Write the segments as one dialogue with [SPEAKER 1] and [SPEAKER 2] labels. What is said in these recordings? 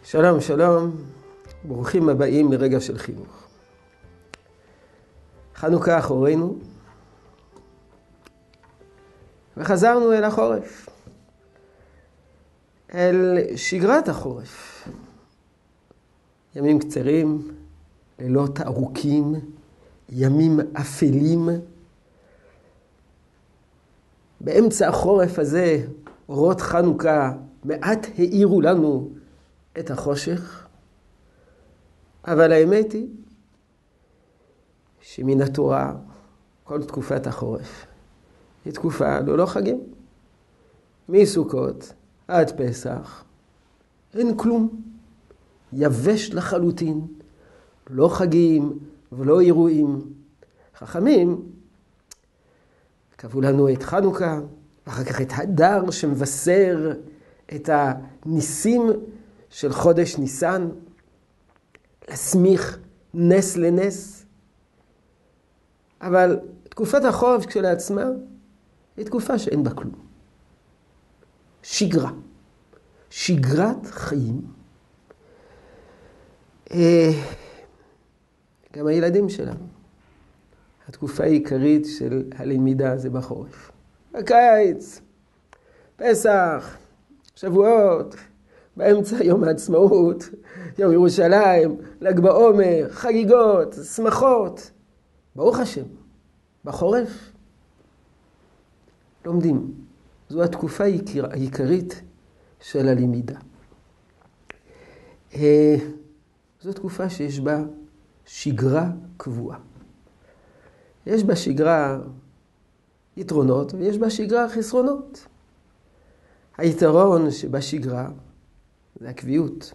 [SPEAKER 1] שלום, שלום, ברוכים הבאים לרגע של חינוך. חנוכה אחרינו, וחזרנו אל החורף, אל שגרת החורף. ימים קצרים, לילות ארוכים, ימים אפלים. באמצע החורף הזה, אורות חנוכה מעט האירו לנו את החושך, אבל האמת היא שמן התורה כל תקופת החורף היא תקופה ללא חגים. מסוכות עד פסח אין כלום, יבש לחלוטין, לא חגים ולא אירועים. חכמים קבעו לנו את חנוכה, ואחר כך את הדר שמבשר את הניסים של חודש ניסן, להסמיך נס לנס. אבל תקופת החורף כשלעצמה היא תקופה שאין בה כלום. שגרה, שגרת חיים. גם הילדים שלנו, התקופה העיקרית של הלמידה זה בחורף. הקיץ, פסח, שבועות, באמצע יום העצמאות, יום ירושלים, ל"ג בעומר, חגיגות, שמחות. ברוך השם, בחורף לומדים. זו התקופה העיקרית של הלמידה. זו תקופה שיש בה שגרה קבועה. יש בה שגרה יתרונות ויש בה שגרה חסרונות. היתרון שבשגרה זה הקביעות,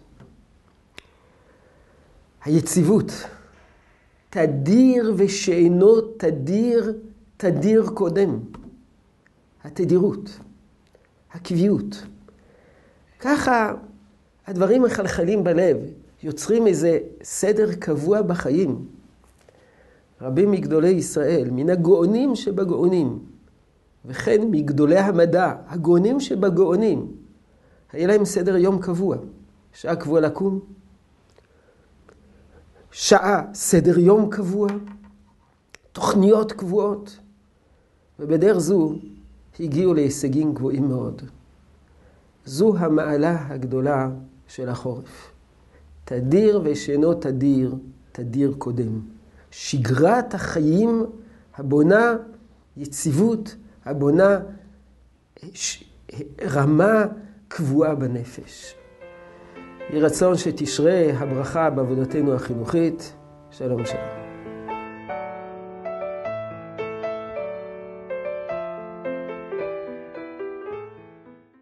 [SPEAKER 1] היציבות, תדיר ושאינו תדיר, תדיר קודם. התדירות, הקביעות. ככה הדברים מחלחלים בלב, יוצרים איזה סדר קבוע בחיים. רבים מגדולי ישראל, מן הגאונים שבגאונים, וכן מגדולי המדע, הגאונים שבגאונים, היה להם סדר יום קבוע. שעה קבוע לקום, שעה סדר יום קבוע, תוכניות קבועות, ובדרך זו הגיעו להישגים גבוהים מאוד. זו המעלה הגדולה של החורף. תדיר ושאינו תדיר, תדיר קודם. שגרת החיים הבונה יציבות, הבונה רמה קבועה בנפש. יהי רצון שתשרה הברכה בעבודתנו החינוכית. שלום שלום.